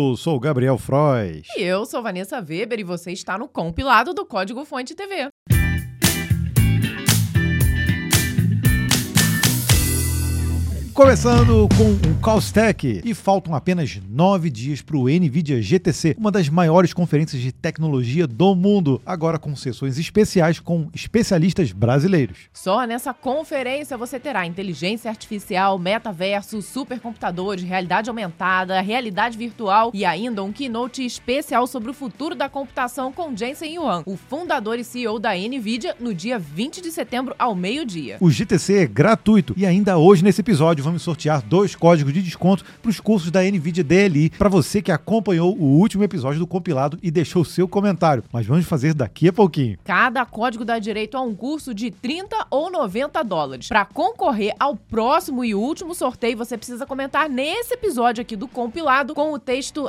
Eu sou o Gabriel Frois. E eu sou Vanessa Weber e você está no compilado do Código Fonte TV. Começando com o Caustech, e faltam apenas 9 dias para o NVIDIA GTC, uma das maiores conferências de tecnologia do mundo, agora com sessões especiais com especialistas brasileiros. Só nessa conferência você terá inteligência artificial, metaverso, supercomputadores, realidade aumentada, realidade virtual e ainda um keynote especial sobre o futuro da computação com Jensen Huang, o fundador e CEO da NVIDIA, no dia 20 de setembro ao meio-dia. O GTC é gratuito e ainda hoje nesse episódio vamos sortear 2 códigos de desconto para os cursos da NVIDIA DLI para você que acompanhou o último episódio do compilado e deixou seu comentário, mas vamos fazer daqui a pouquinho. Cada código dá direito a um curso de $30 ou $90. Para concorrer ao próximo e último sorteio, você precisa comentar nesse episódio aqui do compilado com o texto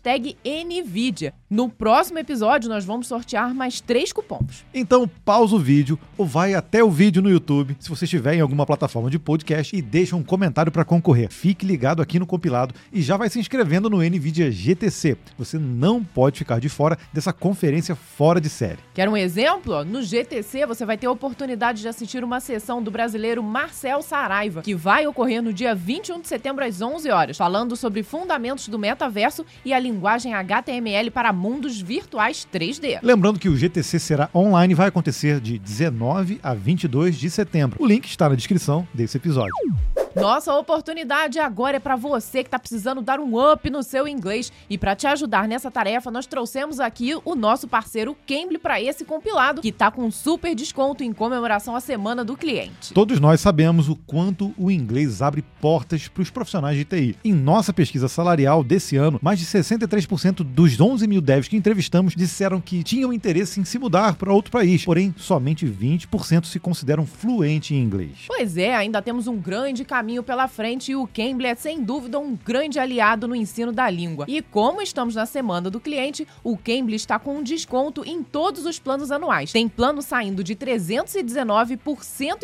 #NVIDIA. No próximo episódio, nós vamos sortear mais 3 cupons. Então pausa o vídeo ou vai até o vídeo no YouTube, se você estiver em alguma plataforma de podcast, e deixa um comentário para concorrer. Fique ligado aqui no compilado e já vai se inscrevendo no NVIDIA GTC. Você não pode ficar de fora dessa conferência fora de série. Quer um exemplo? No GTC você vai ter a oportunidade de assistir uma sessão do brasileiro Marcel Saraiva, que vai ocorrer no dia 21 de setembro às 11 horas, falando sobre fundamentos do metaverso e a linguagem HTML para mundos virtuais 3D. Lembrando que o GTC será online e vai acontecer de 19 a 22 de setembro. O link está na descrição desse episódio. Nossa oportunidade agora é para você que está precisando dar um up no seu inglês. E para te ajudar nessa tarefa, nós trouxemos aqui o nosso parceiro Cambly para esse compilado, que está com um super desconto em comemoração à Semana do Cliente. Todos nós sabemos o quanto o inglês abre portas para os profissionais de TI. Em nossa pesquisa salarial desse ano, mais de 63% dos 11 mil devs que entrevistamos disseram que tinham interesse em se mudar para outro país, porém somente 20% se consideram fluentes em inglês. Pois é, ainda temos um grande caminho pela frente e o Cambly é sem dúvida um grande aliado no ensino da língua. E como estamos na Semana do Cliente, o Cambly está com um desconto em todos os planos anuais. Tem plano saindo de R$319 por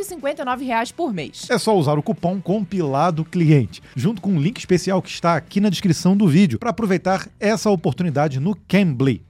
R$159 por mês. É só usar o cupom compilado cliente, junto com um link especial que está aqui na descrição do vídeo, para aproveitar essa oportunidade no Cambly.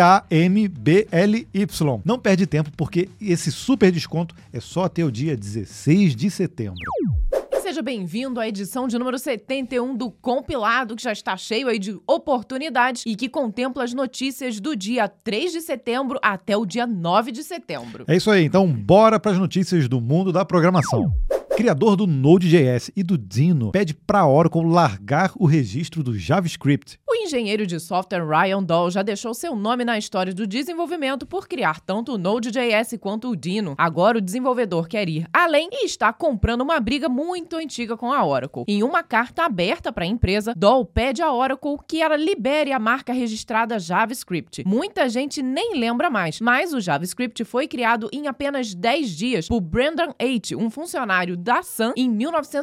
Cambly. Não perde tempo, porque esse super desconto é só até o dia 16 de setembro. Seja bem-vindo à edição de número 71 do compilado, que já está cheio aí de oportunidades e que contempla as notícias do dia 3 de setembro até o dia 9 de setembro. É isso aí, então bora para as notícias do mundo da programação. Criador do Node.js e do Dino pede para a Oracle largar o registro do JavaScript. O engenheiro de software Ryan Dahl já deixou seu nome na história do desenvolvimento por criar tanto o Node.js quanto o Dino. Agora o desenvolvedor quer ir além e está comprando uma briga muito antiga com a Oracle. Em uma carta aberta para a empresa, Dahl pede à Oracle que ela libere a marca registrada JavaScript. Muita gente nem lembra mais, mas o JavaScript foi criado em apenas 10 dias por Brendan Eich, um funcionário da Sun, em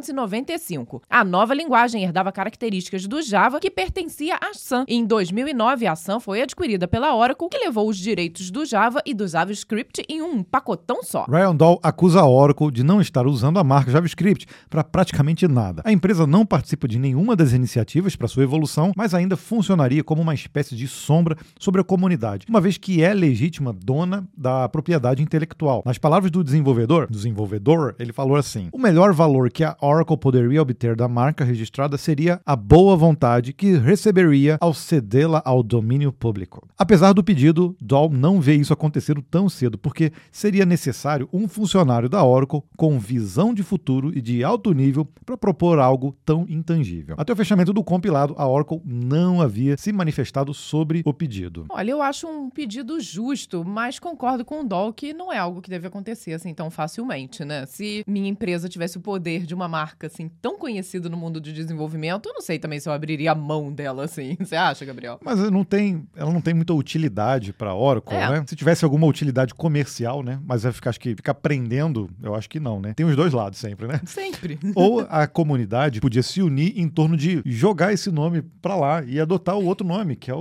1995. A nova linguagem herdava características do Java, que pertencia à Sun. Em 2009, a Sun foi adquirida pela Oracle, que levou os direitos do Java e do JavaScript em um pacotão só. Ryan Dahl acusa a Oracle de não estar usando a marca JavaScript para praticamente nada. A empresa não participa de nenhuma das iniciativas para sua evolução, mas ainda funcionaria como uma espécie de sombra sobre a comunidade, uma vez que é legítima dona da propriedade intelectual. Nas palavras do desenvolvedor, ele falou assim: o melhor valor que a Oracle poderia obter da marca registrada seria a boa vontade que receberia ao cedê-la ao domínio público. Apesar do pedido, Dahl não vê isso acontecer tão cedo, porque seria necessário um funcionário da Oracle com visão de futuro e de alto nível para propor algo tão intangível. Até o fechamento do compilado, a Oracle não havia se manifestado sobre o pedido. Olha, eu acho um pedido justo, mas concordo com o Dahl que não é algo que deve acontecer assim tão facilmente, né? Se minha empresa tivesse o poder de uma marca assim tão conhecida no mundo de desenvolvimento, eu não sei também se eu abriria a mão dela assim. Você acha, Gabriel? Mas ela não tem muita utilidade para a Oracle, né? Se tivesse alguma utilidade comercial, né? Mas acho que ficar aprendendo, eu acho que não, né? Tem os dois lados sempre, né? Sempre. Ou a comunidade podia se unir em torno de jogar esse nome para lá e adotar o outro nome, que é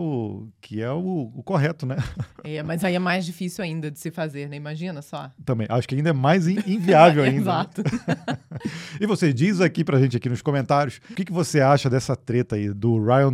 o correto, né? Mas aí é mais difícil ainda de se fazer, né? Imagina só. Também, acho que ainda é mais inviável ainda. Exato. E você diz aqui pra gente aqui nos comentários o que você acha dessa treta aí do Ryan Dahl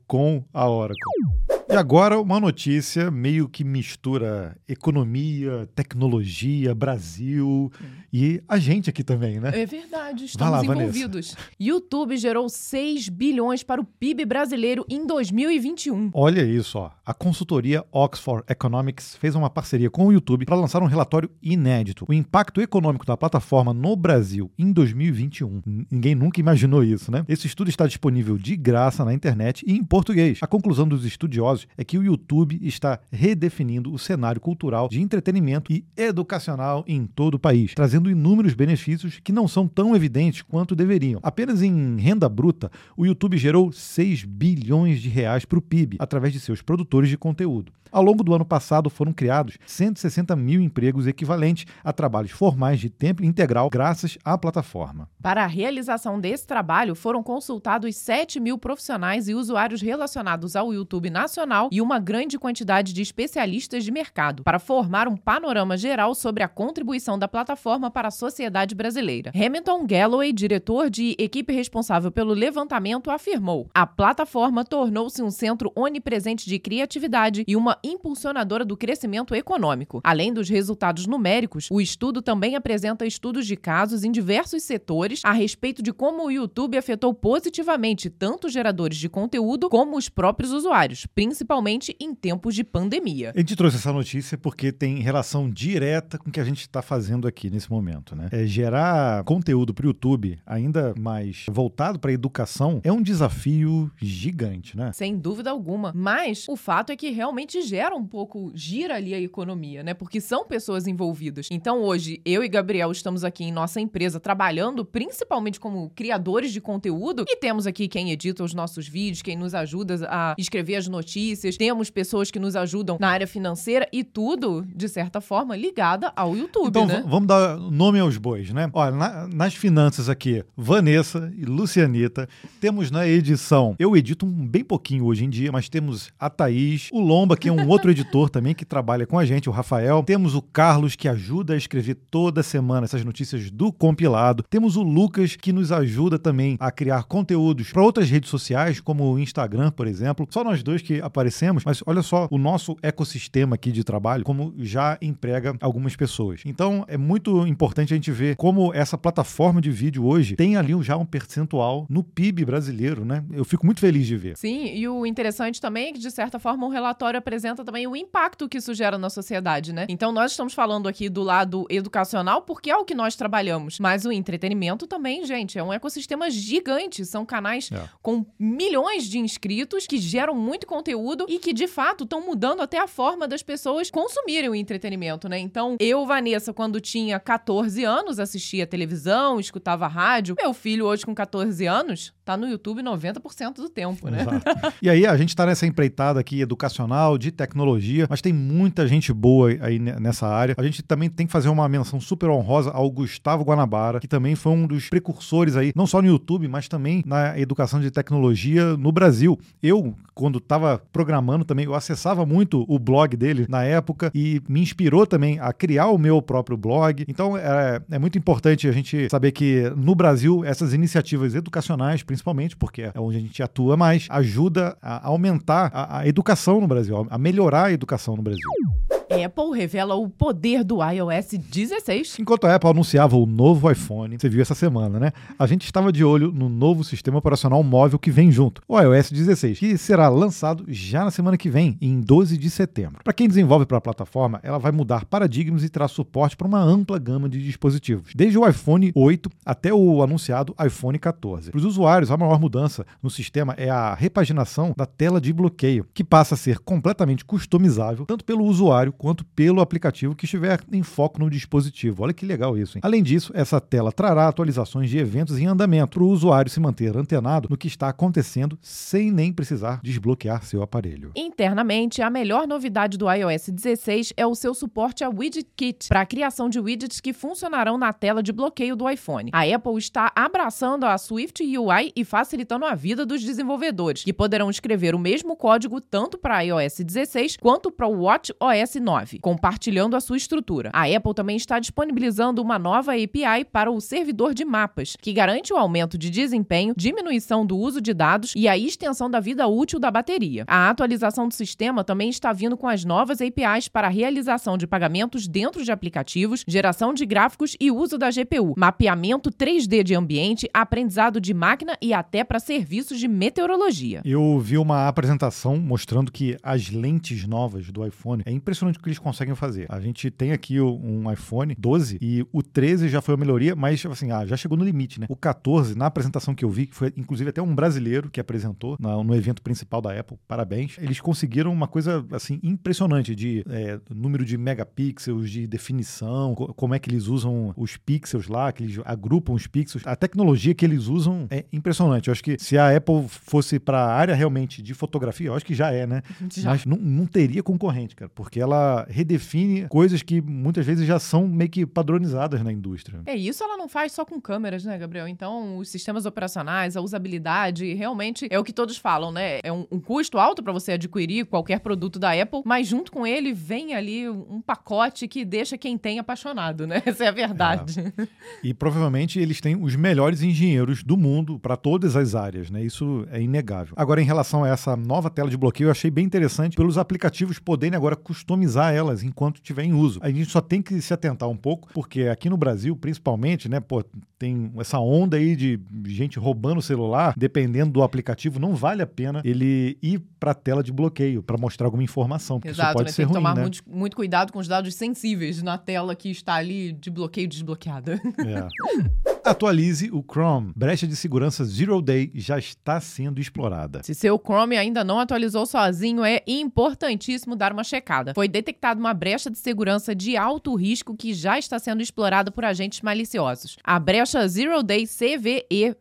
com a Oracle. E agora uma notícia meio que mistura economia, tecnologia, Brasil e a gente aqui também, né? É verdade, estamos envolvidos. YouTube gerou 6 bilhões para o PIB brasileiro em 2021. Olha isso, ó. A consultoria Oxford Economics fez uma parceria com o YouTube para lançar um relatório inédito. O impacto econômico da plataforma no Brasil em 2021. Ninguém nunca imaginou isso, né? Esse estudo está disponível de graça na internet e em português. A conclusão dos estudiosos é que o YouTube está redefinindo o cenário cultural de entretenimento e educacional em todo o país, trazendo inúmeros benefícios que não são tão evidentes quanto deveriam. Apenas em renda bruta, o YouTube gerou 6 bilhões de reais para o PIB, através de seus produtores de conteúdo. Ao longo do ano passado, foram criados 160 mil empregos equivalentes a trabalhos formais de tempo integral graças à plataforma. Para a realização desse trabalho, foram consultados 7 mil profissionais e usuários relacionados ao YouTube nacional e uma grande quantidade de especialistas de mercado, para formar um panorama geral sobre a contribuição da plataforma para a sociedade brasileira. Hamilton Galloway, diretor de equipe responsável pelo levantamento, afirmou: a plataforma tornou-se um centro onipresente de criatividade e uma impulsionadora do crescimento econômico. Além dos resultados numéricos, o estudo também apresenta estudos de casos em diversos setores a respeito de como o YouTube afetou positivamente tanto os geradores de conteúdo como os próprios usuários, principalmente em tempos de pandemia. A gente trouxe essa notícia porque tem relação direta com o que a gente está fazendo aqui nesse momento, né? Gerar conteúdo para o YouTube, ainda mais voltado para a educação, é um desafio gigante, né? Sem dúvida alguma. Mas o fato é que realmente gira ali a economia, né? Porque são pessoas envolvidas. Então hoje, eu e Gabriel estamos aqui em nossa empresa trabalhando principalmente como criadores de conteúdo e temos aqui quem edita os nossos vídeos, quem nos ajuda a escrever as notícias, temos pessoas que nos ajudam na área financeira e tudo, de certa forma, ligada ao YouTube, então, né? Vamos dar nome aos bois, né? Olha, nas finanças aqui, Vanessa e Lucianita. Temos na edição, eu edito bem pouquinho hoje em dia, mas temos a Thaís, o Lomba, que é um outro editor também que trabalha com a gente, o Rafael. Temos o Carlos, que ajuda a escrever toda semana essas notícias do compilado. Temos o Lucas, que nos ajuda também a criar conteúdos para outras redes sociais, como o Instagram, por exemplo. Só nós dois que aparecemos, mas olha só o nosso ecossistema aqui de trabalho, como já emprega algumas pessoas. Então, é muito importante a gente ver como essa plataforma de vídeo hoje tem ali já um percentual no PIB brasileiro, né? Eu fico muito feliz de ver. Sim, e o interessante também é que, de certa forma, o relatório apresenta também o impacto que isso gera na sociedade, né? Então, nós estamos falando aqui do lado educacional, porque é o que nós trabalhamos. Mas o entretenimento também, gente, é um ecossistema gigante. São canais com milhões de inscritos que geram muito conteúdo e que, de fato, estão mudando até a forma das pessoas consumirem o entretenimento, né? Então, eu, Vanessa, quando tinha 14 anos, assistia televisão, escutava rádio. Meu filho, hoje com 14 anos, tá no YouTube 90% do tempo, né? Exato. E aí, a gente tá nessa empreitada aqui educacional, de tecnologia, mas tem muita gente boa aí nessa área. A gente também tem que fazer uma menção super honrosa ao Gustavo Guanabara, que também foi um dos precursores aí, não só no YouTube, mas também na educação de tecnologia no Brasil. Eu, quando estava programando também, eu acessava muito o blog dele na época e me inspirou também a criar o meu próprio blog. Então, é muito importante a gente saber que no Brasil, essas iniciativas educacionais, principalmente, porque é onde a gente atua mais, ajuda a aumentar a educação no Brasil, a melhorar a educação no Brasil. Apple revela o poder do iOS 16. Enquanto a Apple anunciava o novo iPhone, você viu essa semana, né? A gente estava de olho no novo sistema operacional móvel que vem junto, o iOS 16, que será lançado já na semana que vem, em 12 de setembro. Para quem desenvolve para a plataforma, ela vai mudar paradigmas e terá suporte para uma ampla gama de dispositivos, desde o iPhone 8 até o anunciado iPhone 14. Para os usuários, a maior mudança no sistema é a repaginação da tela de bloqueio, que passa a ser completamente customizável, tanto pelo usuário quanto pelo aplicativo que estiver em foco no dispositivo. Olha que legal isso, hein? Além disso, essa tela trará atualizações de eventos em andamento para o usuário se manter antenado no que está acontecendo sem nem precisar desbloquear seu aparelho. Internamente, a melhor novidade do iOS 16 é o seu suporte a Widget Kit para a criação de widgets que funcionarão na tela de bloqueio do iPhone. A Apple está abraçando a Swift UI e facilitando a vida dos desenvolvedores, que poderão escrever o mesmo código tanto para iOS 16 quanto para o watchOS iOS 9, compartilhando a sua estrutura. A Apple também está disponibilizando uma nova API para o servidor de mapas, que garante o aumento de desempenho, diminuição do uso de dados e a extensão da vida útil da bateria. A atualização do sistema também está vindo com as novas APIs para a realização de pagamentos dentro de aplicativos, geração de gráficos e uso da GPU, mapeamento 3D de ambiente, aprendizado de máquina e até para serviços de meteorologia. Eu vi uma apresentação mostrando que as lentes novas do iPhone, é impressionante o que eles conseguem fazer. A gente tem aqui um iPhone 12 e o 13 já foi uma melhoria, mas assim, já chegou no limite, né? O 14, na apresentação que eu vi, que foi inclusive até um brasileiro que apresentou no evento principal da Apple, parabéns, eles conseguiram uma coisa assim impressionante de número de megapixels, de definição, como é que eles usam os pixels lá, que eles agrupam os pixels. A tecnologia que eles usam é impressionante. Eu acho que se a Apple fosse para a área realmente de fotografia, eu acho que já é, né? Já. Mas não teria concorrente, cara, porque ela redefine coisas que muitas vezes já são meio que padronizadas na indústria. Isso ela não faz só com câmeras, né, Gabriel? Então, os sistemas operacionais, a usabilidade, realmente é o que todos falam, né? É um custo alto para você adquirir qualquer produto da Apple, mas junto com ele vem ali um pacote que deixa quem tem apaixonado, né? Essa é a verdade. E provavelmente eles têm os melhores engenheiros do mundo para todas as áreas, né? Isso é inegável. Agora, em relação a essa nova tela de bloqueio, eu achei bem interessante pelos aplicativos poderem agora customizar elas enquanto estiver em uso. A gente só tem que se atentar um pouco, porque aqui no Brasil, principalmente, né, tem essa onda aí de gente roubando o celular, dependendo do aplicativo, não vale a pena ele ir para a tela de bloqueio para mostrar alguma informação, porque exato, isso pode ser tem que ruim, tomar né? muito cuidado com os dados sensíveis na tela que está ali de bloqueio desbloqueada. Atualize o Chrome. Brecha de segurança Zero Day já está sendo explorada. Se seu Chrome ainda não atualizou sozinho, é importantíssimo dar uma checada. Foi detectada uma brecha de segurança de alto risco que já está sendo explorada por agentes maliciosos. A brecha Zero Day CVE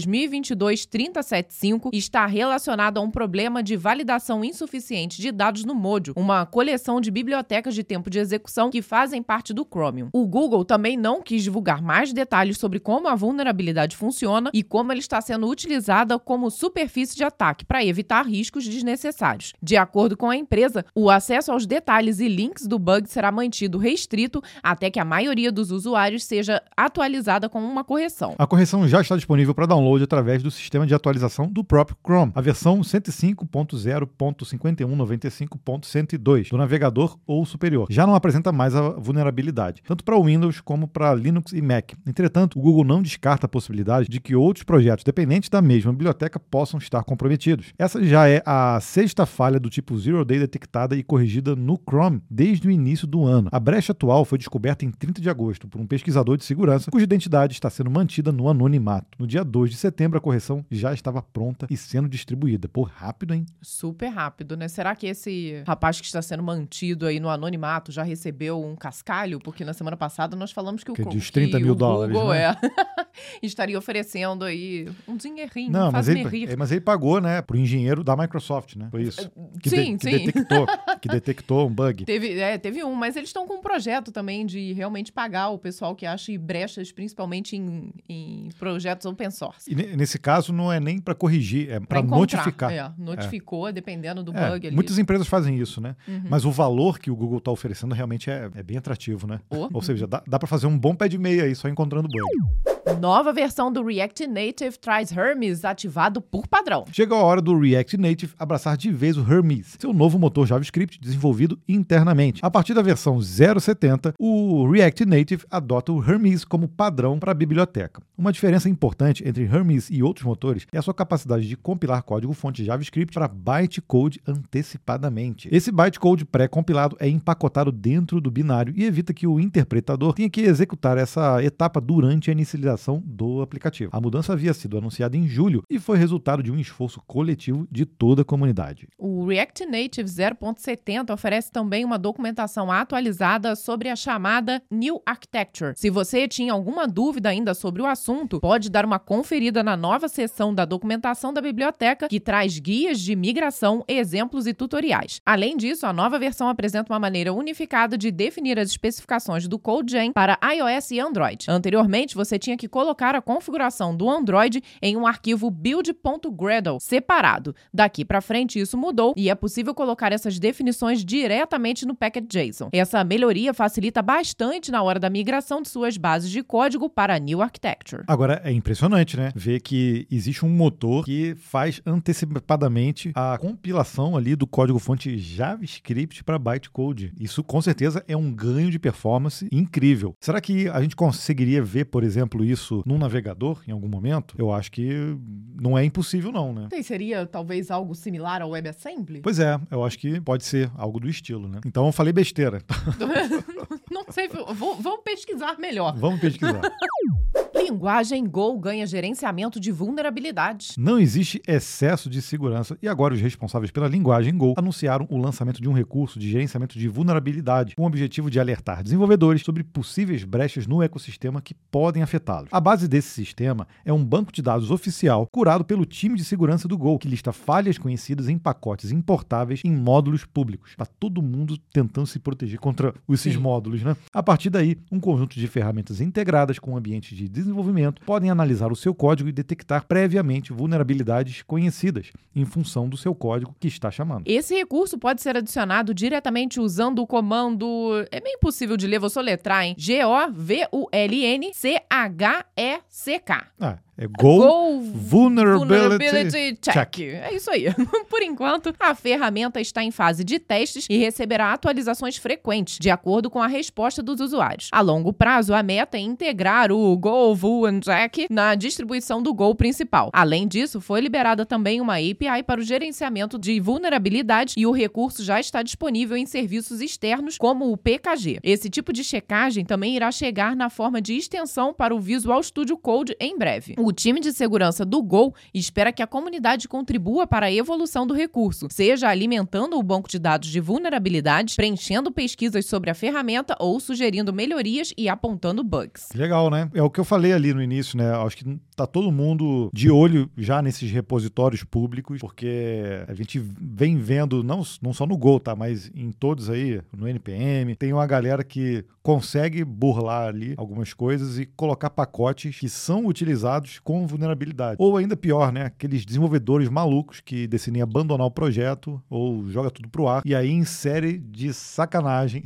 2022-3075 está relacionada a um problema de validação insuficiente de dados no Mojo, uma coleção de bibliotecas de tempo de execução que fazem parte do Chromium. O Google também não quis divulgar mais detalhes sobre como a vulnerabilidade funciona e como ela está sendo utilizada como superfície de ataque para evitar riscos desnecessários. De acordo com a empresa, o acesso aos detalhes e links do bug será mantido restrito até que a maioria dos usuários seja atualizada com uma correção. A correção já está disponível para download através do sistema de atualização do próprio Chrome, a versão 105.0.5195.102 do navegador ou superior. Já não apresenta mais a vulnerabilidade, tanto para Windows como para Linux e Mac. Entretanto, o Google não descarta a possibilidade de que outros projetos dependentes da mesma biblioteca possam estar comprometidos. Essa já é a sexta falha do tipo Zero Day detectada e corrigida no Chrome desde o início do ano. A brecha atual foi descoberta em 30 de agosto por um pesquisador de segurança cuja identidade está sendo mantida no anonimato. No dia 2 de setembro, a correção já estava pronta e sendo distribuída. Pô, rápido, hein? Super rápido, né? Será que esse rapaz que está sendo mantido aí no anonimato já recebeu um cascalho? Porque na semana passada nós falamos que de uns 30 mil dólares, Google, né? estaria oferecendo aí um dinheirinho. Não, mas ele pagou, né, pro engenheiro da Microsoft, né? Foi isso. Sim. Que detectou um bug. Teve um, mas eles estão com um projeto também de realmente pagar o pessoal que acha brechas, principalmente em projetos open source. E nesse caso não é nem para corrigir, é para notificar. Notificou, dependendo do bug ali. Muitas empresas fazem isso, né? Uhum. Mas o valor que o Google está oferecendo realmente é bem atrativo, né? Ou seja, dá para fazer um bom pé de meia aí, só encontrando bug. Nova versão do React Native traz Hermes ativado por padrão. Chega a hora do React Native abraçar de vez o Hermes, seu novo motor JavaScript desenvolvido internamente. A partir da versão 0.70, o React Native adota o Hermes como padrão para a biblioteca. Uma diferença importante entre Hermes e outros motores é a sua capacidade de compilar código-fonte JavaScript para bytecode antecipadamente. Esse bytecode pré-compilado é empacotado dentro do binário e evita que o interpretador tenha que executar essa etapa durante a inicialização do aplicativo. A mudança havia sido anunciada em julho e foi resultado de um esforço coletivo de toda a comunidade. O React Native 0.70 oferece também uma documentação atualizada sobre a chamada New Architecture. Se você tinha alguma dúvida ainda sobre o assunto, pode dar uma conferida na nova seção da documentação da biblioteca, que traz guias de migração, exemplos e tutoriais. Além disso, a nova versão apresenta uma maneira unificada de definir as especificações do CodeGen para iOS e Android. Anteriormente, você tinha que que colocar a configuração do Android em um arquivo build.gradle separado. Daqui para frente isso mudou e é possível colocar essas definições diretamente no package.json. Essa melhoria facilita bastante na hora da migração de suas bases de código para a New Architecture. Agora, é impressionante, né? Ver que existe um motor que faz antecipadamente a compilação ali do código-fonte JavaScript para bytecode. Isso, com certeza, é um ganho de performance incrível. Será que a gente conseguiria ver, por exemplo, isso num navegador em algum momento? Eu acho que não é impossível, não, né? Seria, talvez, algo similar ao WebAssembly? Pois é, eu acho que pode ser algo do estilo, né? Então, eu falei besteira. Não sei, vamos pesquisar melhor. Vamos pesquisar. Linguagem Go ganha gerenciamento de vulnerabilidades. Não existe excesso de segurança e agora os responsáveis pela linguagem Go anunciaram o lançamento de um recurso de gerenciamento de vulnerabilidade com o objetivo de alertar desenvolvedores sobre possíveis brechas no ecossistema que podem afetá-los. A base desse sistema é um banco de dados oficial curado pelo time de segurança do Go, que lista falhas conhecidas em pacotes importáveis em módulos públicos. Está todo mundo tentando se proteger contra esses módulos, né? A partir daí, um conjunto de ferramentas integradas com ambientes de desenvolvimento podem analisar o seu código e detectar previamente vulnerabilidades conhecidas em função do seu código que está chamando. Esse recurso pode ser adicionado diretamente usando o comando... É meio impossíil de ler, vou soletrar, hein? GOVULNCHECK. É Go Vulnerability Check. É isso aí. Por enquanto, a ferramenta está em fase de testes e receberá atualizações frequentes, de acordo com a resposta dos usuários. A longo prazo, a meta é integrar o Go Vuln-Check na distribuição do Go principal. Além disso, foi liberada também uma API para o gerenciamento de vulnerabilidades e o recurso já está disponível em serviços externos como o PKG. Esse tipo de checagem também irá chegar na forma de extensão para o Visual Studio Code em breve. O time de segurança do Go espera que a comunidade contribua para a evolução do recurso, seja alimentando o banco de dados de vulnerabilidades, preenchendo pesquisas sobre a ferramenta ou sugerindo melhorias e apontando bugs. Legal, né? É o que eu falei ali no início, né? Acho que tá todo mundo de olho já nesses repositórios públicos, porque a gente vem vendo, não só no Go, tá? Mas em todos aí, no NPM, tem uma galera que consegue burlar ali algumas coisas e colocar pacotes que são utilizados com vulnerabilidade. Ou ainda pior, né? Aqueles desenvolvedores malucos que decidem abandonar o projeto ou joga tudo pro ar e aí insere de sacanagem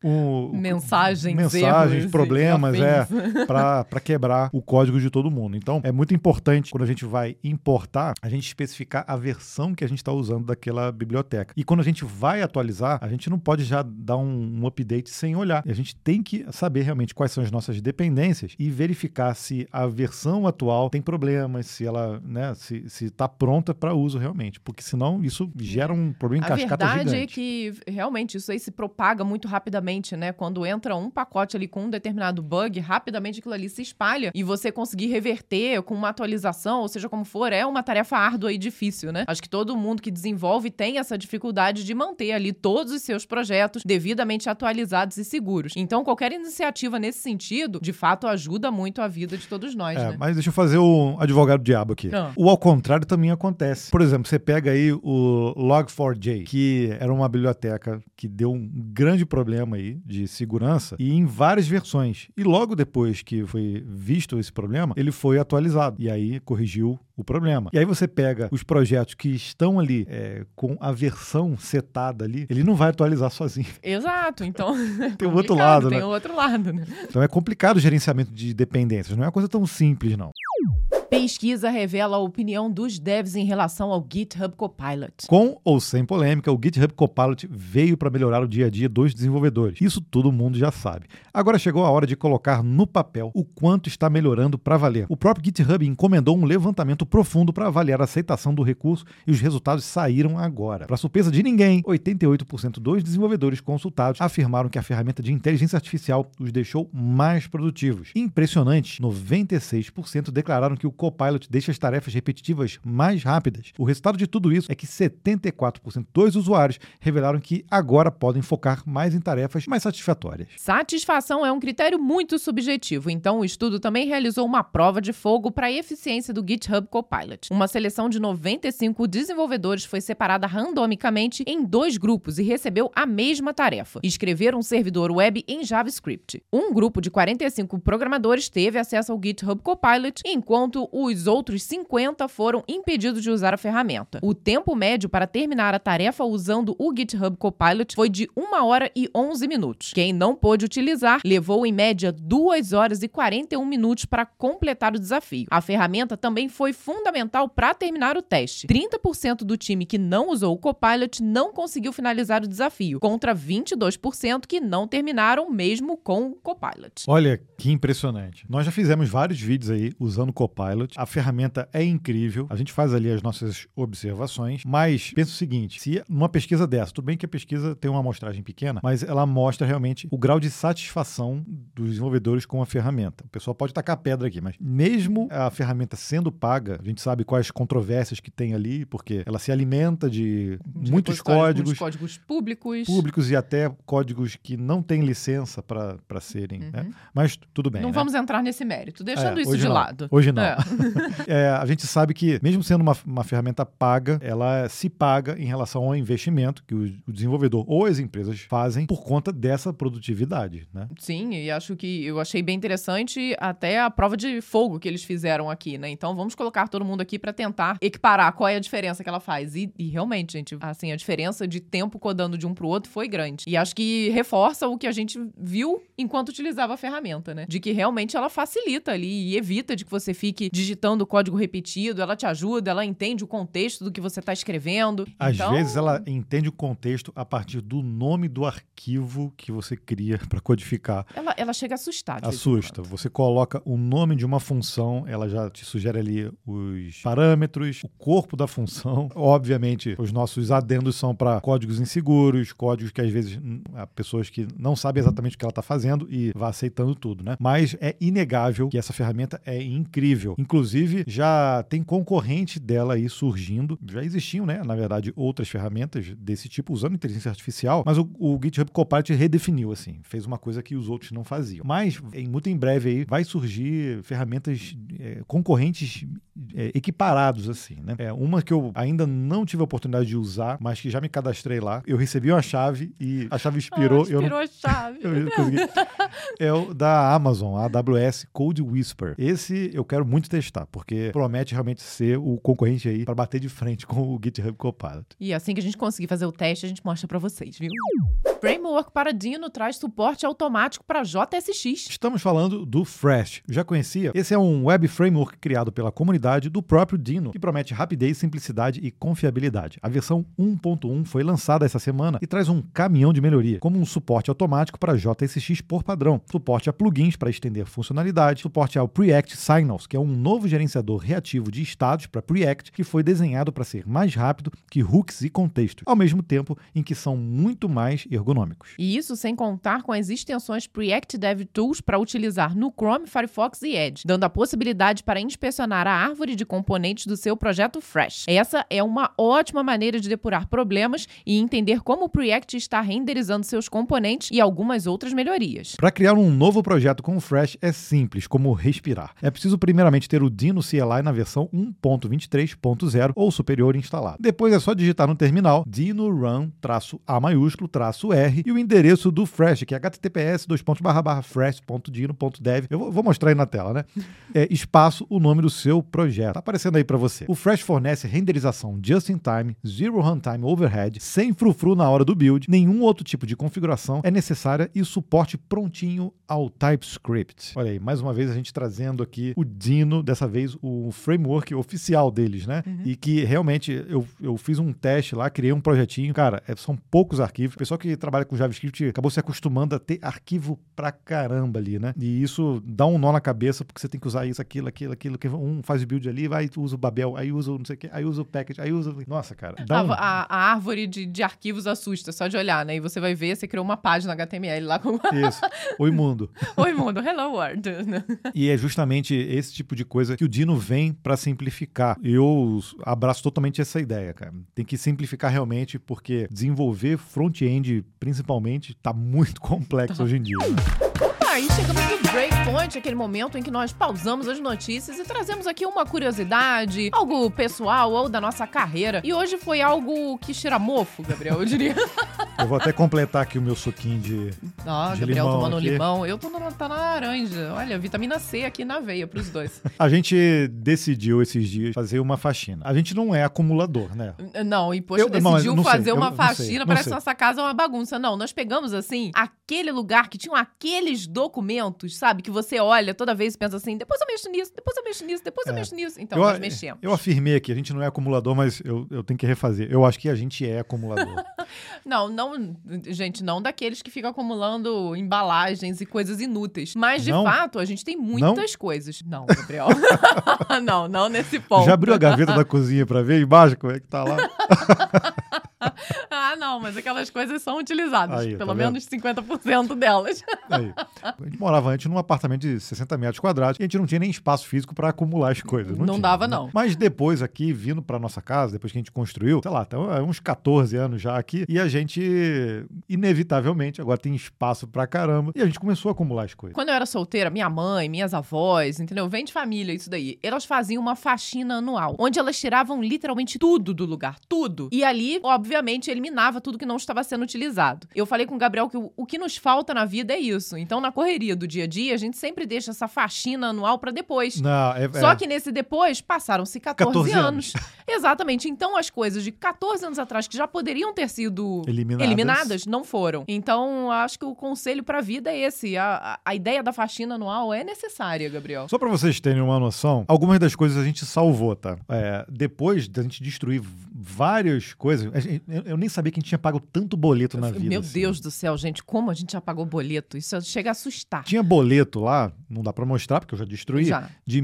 mensagens, problemas, para quebrar o código de todo mundo. Então, é muito importante, quando a gente vai importar, a gente especificar a versão que a gente está usando daquela biblioteca. E quando a gente vai atualizar, a gente não pode já dar um update sem olhar. E a gente tem que saber realmente quais são as nossas dependências e verificar se a versão atual tem problemas, se ela, né, se está pronta para uso realmente. Porque senão isso gera um problema em cascata gigante. A verdade é que realmente isso aí se propaga muito rapidamente, né? Quando entra um pacote ali com um determinado bug, rapidamente aquilo ali se espalha e você conseguir reverter com uma atualização, ou seja como for, é uma tarefa árdua e difícil, né? Acho que todo mundo que desenvolve tem essa dificuldade de manter ali todos os seus projetos devidamente atualizados e seguros. Então, qualquer iniciativa nesse sentido, de fato, ajuda muito a vida de todos nós, né? Mas deixa eu fazer o advogado diabo aqui. O ao contrário também acontece. Por exemplo, você pega aí o Log4j, que era uma biblioteca que deu um grande problema aí de segurança e em várias versões. E logo depois que foi visto esse problema, ele foi atualizado e aí corrigiu o problema. E aí você pega os projetos que estão ali com a versão setada ali, ele não vai atualizar sozinho. Exato, então tem o outro lado, né? Tem o outro lado, né? Então é complicado o gerenciamento de dependências, não é uma coisa tão simples, não. Pesquisa revela a opinião dos devs em relação ao GitHub Copilot. Com ou sem polêmica, o GitHub Copilot veio para melhorar o dia a dia dos desenvolvedores. Isso todo mundo já sabe. Agora chegou a hora de colocar no papel o quanto está melhorando para valer. O próprio GitHub encomendou um levantamento profundo para avaliar a aceitação do recurso e os resultados saíram agora. Para surpresa de ninguém, 88% dos desenvolvedores consultados afirmaram que a ferramenta de inteligência artificial os deixou mais produtivos. Impressionante, 96% declararam que o Copilot deixa as tarefas repetitivas mais rápidas. O resultado de tudo isso é que 74% dos usuários revelaram que agora podem focar mais em tarefas mais satisfatórias. Satisfação é um critério muito subjetivo, então o estudo também realizou uma prova de fogo para a eficiência do GitHub Copilot. Uma seleção de 95 desenvolvedores foi separada randomicamente em 2 grupos e recebeu a mesma tarefa: escrever um servidor web em JavaScript. Um grupo de 45 programadores teve acesso ao GitHub Copilot, enquanto os outros 50 foram impedidos de usar a ferramenta. O tempo médio para terminar a tarefa usando o GitHub Copilot foi de 1 hora e 11 minutos. Quem não pôde utilizar levou em média 2 horas e 41 minutos para completar o desafio. A ferramenta também foi fundamental para terminar o teste. 30% do time que não usou o Copilot não conseguiu finalizar o desafio, contra 22% que não terminaram mesmo com o Copilot. Olha que impressionante. Nós já fizemos vários vídeos aí usando o Copilot. A ferramenta é incrível. A gente faz ali as nossas observações, mas pensa o seguinte, se numa pesquisa dessa, tudo bem que a pesquisa tem uma amostragem pequena, mas ela mostra realmente o grau de satisfação dos desenvolvedores com a ferramenta. O pessoal pode tacar pedra aqui, mas mesmo a ferramenta sendo paga, a gente sabe quais controvérsias que tem ali, porque ela se alimenta de muitos códigos públicos e até códigos que não têm licença para serem, né? Mas tudo bem. Não, né? Vamos entrar nesse mérito, deixando isso de lado. Hoje não. A gente sabe que, mesmo sendo uma ferramenta paga, ela se paga em relação ao investimento que o desenvolvedor ou as empresas fazem por conta dessa produtividade, né? Sim, e acho que eu achei bem interessante até a prova de fogo que eles fizeram aqui, né? Então vamos colocar todo mundo aqui para tentar equiparar qual é a diferença que ela faz. E realmente, gente, assim, a diferença de tempo codando de um pro outro foi grande. E acho que reforça o que a gente viu enquanto utilizava a ferramenta, né? De que realmente ela facilita ali e evita de que você fique digitando código repetido, ela te ajuda, ela entende o contexto do que você está escrevendo. Às vezes ela entende o contexto a partir do nome do arquivo que você cria para codificar. Ela chega a assustar. Assusta. Você coloca o nome de uma função, ela já te sugere ali os parâmetros, o corpo da função. Obviamente, os nossos adendos são para códigos inseguros, códigos que às vezes há pessoas que não sabem exatamente o que ela está fazendo e vai aceitando tudo, né? Mas é inegável que essa ferramenta é incrível. Inclusive, já tem concorrente dela aí surgindo. Já existiam, né, na verdade, outras ferramentas desse tipo usando inteligência artificial, mas o GitHub Copilot redefiniu, assim, fez uma coisa que os outros não faziam. Mas, muito em breve aí, vai surgir ferramentas concorrentes equiparados, assim, né? Uma que eu ainda não tive a oportunidade de usar, mas que já me cadastrei lá. Eu recebi uma chave e a chave expirou. A chave. Eu não consegui. É o da Amazon, a AWS Code Whisper. Esse eu quero muito testar, porque promete realmente ser o concorrente aí para bater de frente com o GitHub Copilot. E assim que a gente conseguir fazer o teste, a gente mostra para vocês, viu? Framework para Dino traz suporte automático para JSX. Estamos falando do Fresh. Já conhecia? Esse é um web framework criado pela comunidade do próprio Dino, que promete rapidez, simplicidade e confiabilidade. A versão 1.1 foi lançada essa semana e traz um caminhão de melhoria, como um suporte automático para JSX por padrão, suporte a plugins para estender funcionalidade, suporte ao Preact Signals, que é um novo gerenciador reativo de estados para Preact, que foi desenhado para ser mais rápido que hooks e contextos, ao mesmo tempo em que são muito mais ergonômicos. E isso sem contar com as extensões Preact DevTools para utilizar no Chrome, Firefox e Edge, dando a possibilidade para inspecionar a árvore de componentes do seu projeto Fresh. Essa é uma ótima maneira de depurar problemas e entender como o Preact está renderizando seus componentes e algumas outras melhorias. Para criar um novo projeto com o Fresh é simples como respirar. É preciso primeiramente ter o Dino CLI na versão 1.23.0 ou superior instalado. Depois é só digitar no terminal Dino Run-A maiúsculo -R e o endereço do Fresh, que é https://fresh.dino.dev. Eu vou mostrar aí na tela, né? Espaço o nome do seu projeto. Tá aparecendo aí para você. O Fresh fornece renderização just in time, zero runtime overhead, sem frufru na hora do build, nenhum outro tipo de configuração é necessária e suporte prontinho ao TypeScript. Olha aí, mais uma vez a gente trazendo aqui o Dino, dessa vez o framework oficial deles, né? E que realmente eu fiz um teste lá, criei um projetinho. Cara, são poucos arquivos. O pessoal que trabalha com JavaScript acabou se acostumando a ter arquivo pra caramba ali, né? E isso dá um nó na cabeça, porque você tem que usar isso, aquilo, que um faz build ali, vai, tu usa o Babel, aí usa o não sei o quê, aí usa o package, aí usa... Nossa, cara. A árvore de arquivos assusta, só de olhar, né? E você vai ver, você criou uma página HTML lá com... Isso. Oi, mundo. Oi, mundo. Hello, world. E é justamente esse tipo de coisa que o Dino vem para simplificar. Eu abraço totalmente essa ideia, cara. Tem que simplificar realmente, porque desenvolver front-end, principalmente, tá muito complexo hoje em dia. Né? Aí chegamos no Breakpoint, aquele momento em que nós pausamos as notícias e trazemos aqui uma curiosidade, algo pessoal ou da nossa carreira. E hoje foi algo que cheira mofo, Gabriel, eu diria. Eu vou até completar aqui o meu suquinho de Gabriel limão tomando aqui. Limão. Eu tô na laranja. Olha, vitamina C aqui na veia pros dois. A gente decidiu esses dias fazer uma faxina. A gente não é acumulador, né? Não, e poxa, decidiu fazer uma faxina, parece que sei. nossa casa é uma bagunça. Não, nós pegamos, assim, aquele lugar que tinham aqueles documentos, sabe? Que você olha toda vez e pensa assim, depois eu mexo nisso, depois eu mexo nisso, depois eu mexo nisso. Então, nós mexemos. Eu afirmei aqui, a gente não é acumulador, mas eu tenho que refazer. Eu acho que a gente é acumulador. Não, gente, não daqueles que ficam acumulando embalagens e coisas inúteis. Mas, de fato, a gente tem muitas coisas. Não, Gabriel. não nesse ponto. Já abriu a gaveta da cozinha pra ver embaixo como é que tá lá? Não, mas aquelas coisas são utilizadas. Aí, pelo tá menos 50% delas. Aí. A gente morava antes num apartamento de 60 metros quadrados e a gente não tinha nem espaço físico pra acumular as coisas. Não tinha, dava, né? não. Mas depois aqui, vindo pra nossa casa, depois que a gente construiu, sei lá, tá uns 14 anos já aqui, e a gente, inevitavelmente, agora tem espaço pra caramba, e a gente começou a acumular as coisas. Quando eu era solteira, minha mãe, minhas avós, entendeu? Vem de família isso daí. Elas faziam uma faxina anual, onde elas tiravam literalmente tudo do lugar, tudo. E ali, obviamente, eliminava tudo que não estava sendo utilizado. Eu falei com o Gabriel que o que nos falta na vida é isso. Então, na correria do dia a dia, a gente sempre deixa essa faxina anual pra depois. Não, Só que nesse depois, passaram-se 14 anos. Exatamente. Então, as coisas de 14 anos atrás que já poderiam ter sido eliminadas não foram. Então, acho que o conselho pra vida é esse. A ideia da faxina anual é necessária, Gabriel. Só pra vocês terem uma noção, algumas das coisas a gente salvou, tá? Depois da gente destruir várias coisas, eu nem sabia que a gente tinha pago tanto boleto na vida. Meu assim. Deus do céu, gente, como a gente já pagou boleto? Isso chega a assustar. Tinha boleto lá, não dá pra mostrar, porque eu já destruí, de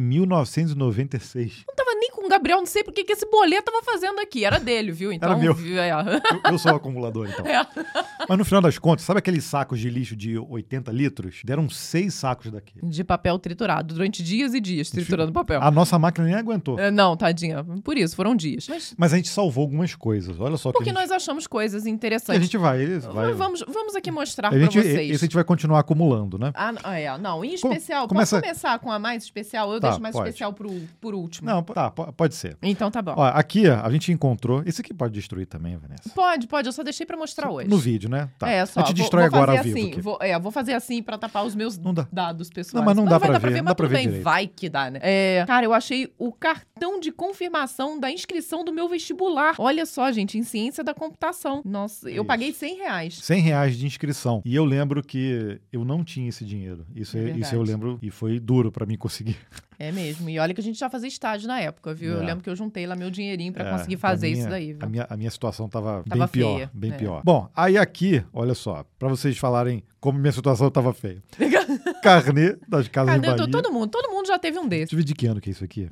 1996. Não tava nem com o Gabriel, não sei porque que esse boleto tava fazendo aqui. Era dele, viu? Então, era meu. Eu sou o acumulador, então. Mas no final das contas, sabe aqueles sacos de lixo de 80 litros? Deram 6 sacos daqui. De papel triturado, durante dias e dias, triturando papel. A nossa máquina nem aguentou. Não, tadinha. Por isso, foram dias. Mas a gente salvou algumas coisas. Olha só. Porque nós achamos coisas interessantes. E a gente vai. Vamos aqui mostrar pra vocês. Esse a gente vai continuar acumulando, né? Não, em especial. Começa... Posso começar com a mais especial? Eu deixo mais especial por último. Não, tá, pode ser. Então tá bom. Ó, aqui, a gente encontrou... Esse aqui pode destruir também, Vanessa? Pode. Eu só deixei pra mostrar hoje. No vídeo, né? Tá. Só. A gente destrói agora ao vivo assim, aqui. vou fazer assim pra tapar os meus dados pessoais. Não, mas não dá pra ver. Mas não dá pra tudo ver bem, direito. vai que dá, né? Cara, eu achei o cartão de confirmação da inscrição do meu vestibular. Olha só, gente, em ciência da computação. Nossa, eu paguei R$100. R$100 de inscrição. E eu lembro que eu não tinha esse dinheiro. Isso eu lembro e foi duro pra mim conseguir. É mesmo. E olha que a gente já fazia estágio na época, viu? Eu lembro que eu juntei lá meu dinheirinho pra conseguir fazer isso daí, viu? A minha situação tava bem feia, pior. Bem pior. Bom, aí aqui, olha só, pra vocês falarem como minha situação tava feia. Carnê das Casas Bahia. Todo mundo já teve um desses. Deixa eu ver de que ano que é isso aqui?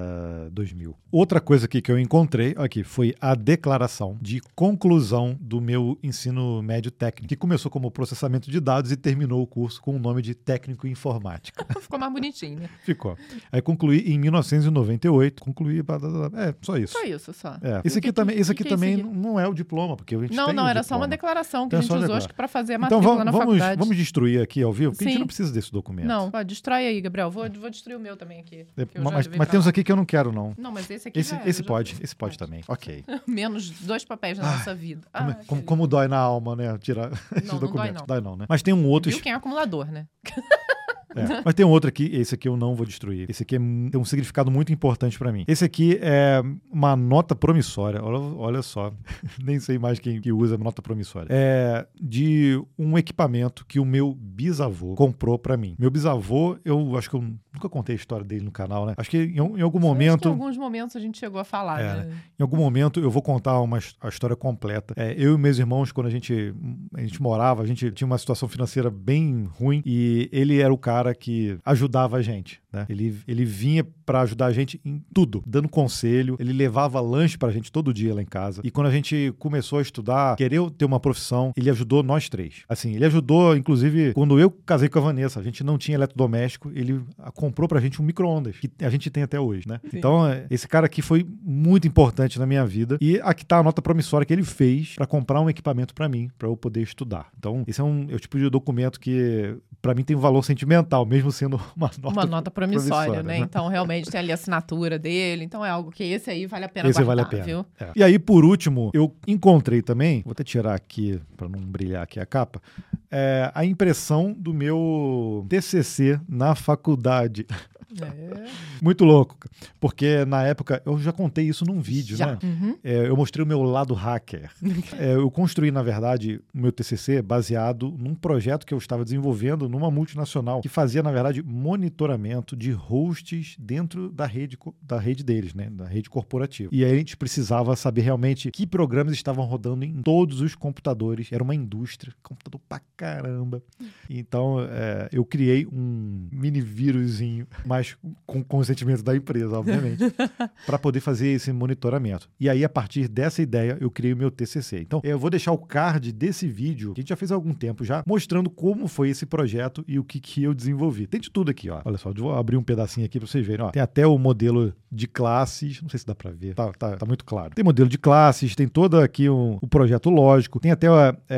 2000. Outra coisa aqui que eu encontrei aqui foi a declaração de conclusão do meu ensino médio técnico, que começou como processamento de dados e terminou o curso com o nome de técnico em informática. Ficou mais bonitinho, né? Ficou. Aí concluí em 1998. Concluí. Só isso. Só isso, só. Esse aqui também não é o diploma, porque a gente tem Não, era só uma declaração que a gente usou, acho que pra fazer a matrícula na faculdade. Vamos destruir aqui ao vivo, porque a gente não precisa desse documento. Não, destrói aí, Gabriel. Vou destruir o meu também aqui. Mas tem uns aqui que eu não quero, não. Não, mas esse aqui Esse pode também. Ok. Menos 2 papéis na nossa vida. Como dói na alma, né? Tirar esses documentos. Não dói não, né? Mas tem um outro... Viu quem é acumulador, né? Mas tem um outro aqui, esse aqui eu não vou destruir. Esse aqui tem um significado muito importante pra mim. Esse aqui é uma nota promissória. Olha só, nem sei mais quem que usa nota promissória. É de um equipamento que o meu bisavô comprou pra mim. Meu bisavô, eu acho que eu nunca contei a história dele no canal, né? Acho que em algum momento... Acho que em alguns momentos a gente chegou a falar, né? Em algum momento eu vou contar a história completa. Eu e meus irmãos, quando a gente morava, a gente tinha uma situação financeira bem ruim e ele era o cara que ajudava a gente, né? Ele vinha para ajudar a gente em tudo, dando conselho, ele levava lanche pra gente todo dia lá em casa. E quando a gente começou a estudar, querer ter uma profissão, ele ajudou nós três. Assim, ele ajudou, inclusive, quando eu casei com a Vanessa, a gente não tinha eletrodoméstico, ele comprou pra gente um micro-ondas, que a gente tem até hoje, né? Sim. Então, esse cara aqui foi muito importante na minha vida. E aqui tá a nota promissória que ele fez pra comprar um equipamento pra mim, pra eu poder estudar. Então, esse é o tipo de documento que, pra mim, tem um valor sentimental, mesmo sendo uma nota promissória, né? Então, realmente, tem ali a assinatura dele. Então, é algo que esse aí vale a pena esse guardar, vale a pena, viu? É. E aí, por último, eu encontrei também, vou até tirar aqui, pra não brilhar aqui a capa, a impressão do meu TCC na faculdade. Muito louco, porque na época, eu já contei isso num vídeo, né? Uhum. Eu mostrei o meu lado hacker. Eu construí, na verdade, o meu TCC baseado num projeto que eu estava desenvolvendo numa multinacional que fazia, na verdade, monitoramento de hosts dentro da rede deles, né? Da rede corporativa. E aí a gente precisava saber realmente que programas estavam rodando em todos os computadores. Era uma indústria, computador pra caramba. Então, eu criei um mini vírusinho, mas com consentimento da empresa, obviamente, para poder fazer esse monitoramento. E aí, a partir dessa ideia, eu criei o meu TCC. Então, eu vou deixar o card desse vídeo, que a gente já fez há algum tempo já, mostrando como foi esse projeto e o que eu desenvolvi. Tem de tudo aqui, ó. Olha só, eu vou abrir um pedacinho aqui para vocês verem. Ó, tem até o modelo de classes, não sei se dá para ver, tá muito claro. Tem modelo de classes, tem todo aqui o projeto lógico, tem até